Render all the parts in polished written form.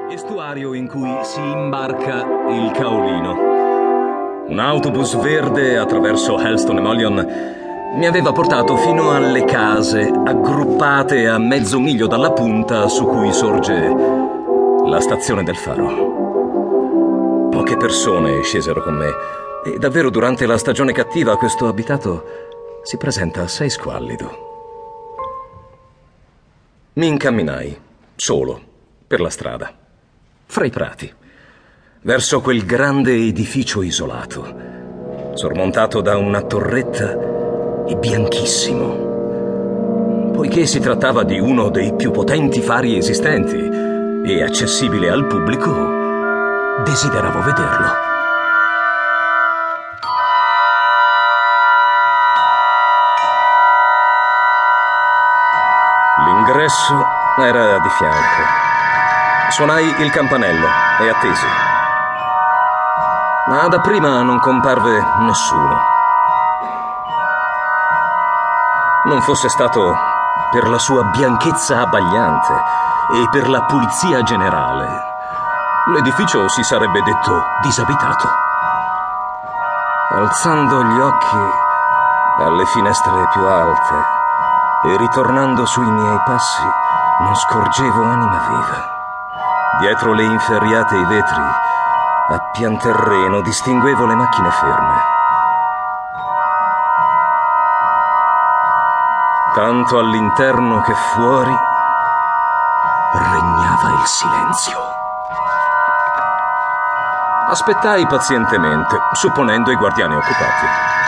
Estuario in cui si imbarca il caolino. Un autobus verde attraverso Helston e Mullion mi aveva portato fino alle case aggruppate a mezzo miglio dalla punta su cui sorge la stazione del faro. Poche persone scesero con me e davvero durante la stagione cattiva questo abitato si presenta assai squallido. Mi incamminai, solo, per la strada, fra i prati, verso quel grande edificio isolato, sormontato da una torretta e bianchissimo, poiché si trattava di uno dei più potenti fari esistenti e accessibile al pubblico, desideravo vederlo. L'ingresso era di fianco. Suonai il campanello e attesi. Ma dapprima non comparve nessuno. Non fosse stato per la sua bianchezza abbagliante e per la pulizia generale, l'edificio si sarebbe detto disabitato. Alzando gli occhi alle finestre più alte e ritornando sui miei passi, non scorgevo anima viva. Dietro le inferriate e i vetri, a pianterreno, distinguevo le macchine ferme. Tanto all'interno che fuori regnava il silenzio. Aspettai pazientemente, supponendo i guardiani occupati.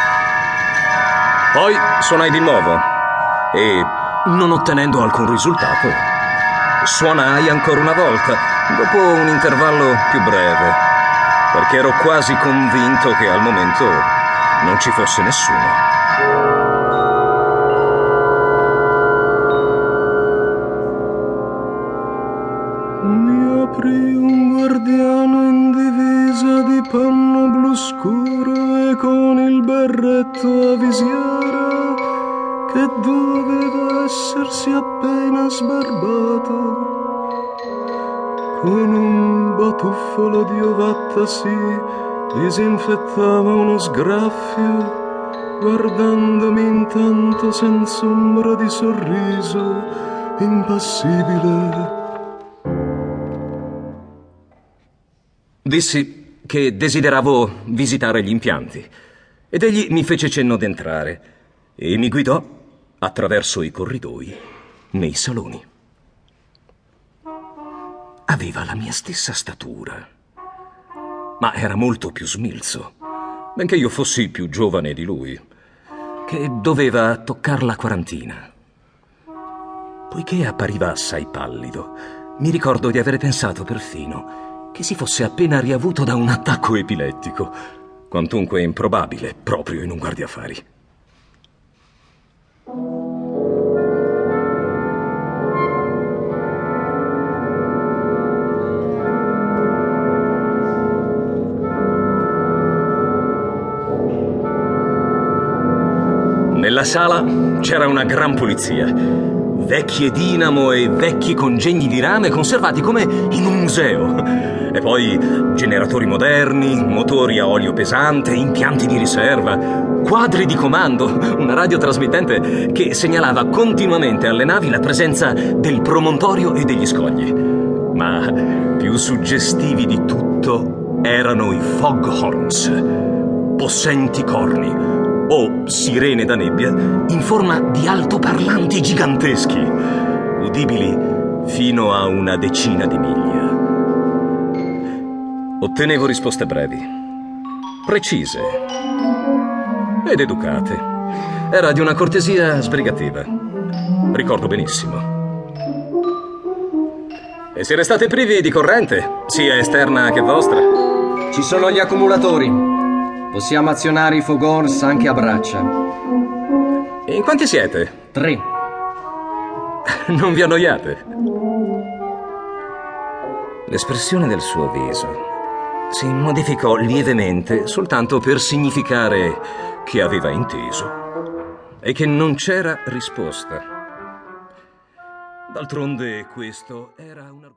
Poi suonai di nuovo e, non ottenendo alcun risultato, suonai ancora una volta, dopo un intervallo più breve, perché ero quasi convinto che al momento non ci fosse nessuno. Mi aprì un guardiano in divisa di panno blu scuro e con il berretto a visiera, che doveva essersi appena sbarbato. Con un batuffolo di ovatta si disinfettava uno sgraffio, guardandomi intanto senza ombra di sorriso, impassibile. Dissi che desideravo visitare gli impianti ed egli mi fece cenno d'entrare e mi guidò attraverso i corridoi nei saloni. Aveva la mia stessa statura, ma era molto più smilzo, benché io fossi più giovane di lui, che doveva toccar la quarantina. Poiché appariva assai pallido, mi ricordo di avere pensato perfino che si fosse appena riavuto da un attacco epilettico, quantunque improbabile proprio in un guardiafari. Nella sala c'era una gran pulizia. Vecchie dinamo e vecchi congegni di rame conservati come in un museo. E poi generatori moderni, motori a olio pesante, impianti di riserva, quadri di comando, una radiotrasmittente che segnalava continuamente alle navi la presenza del promontorio e degli scogli. Ma più suggestivi di tutto erano i foghorns, possenti corni o sirene da nebbia in forma di altoparlanti giganteschi, udibili fino a una decina di miglia. Ottenevo risposte brevi, precise ed educate. Era di una cortesia sbrigativa. Ricordo benissimo. E siete state privi di corrente, sia esterna che vostra? Ci sono gli accumulatori. Possiamo azionare i foghorns anche a braccia. In quanti siete? 3. Non vi annoiate? L'espressione del suo viso si modificò lievemente soltanto per significare che aveva inteso e che non c'era risposta. D'altronde questo era un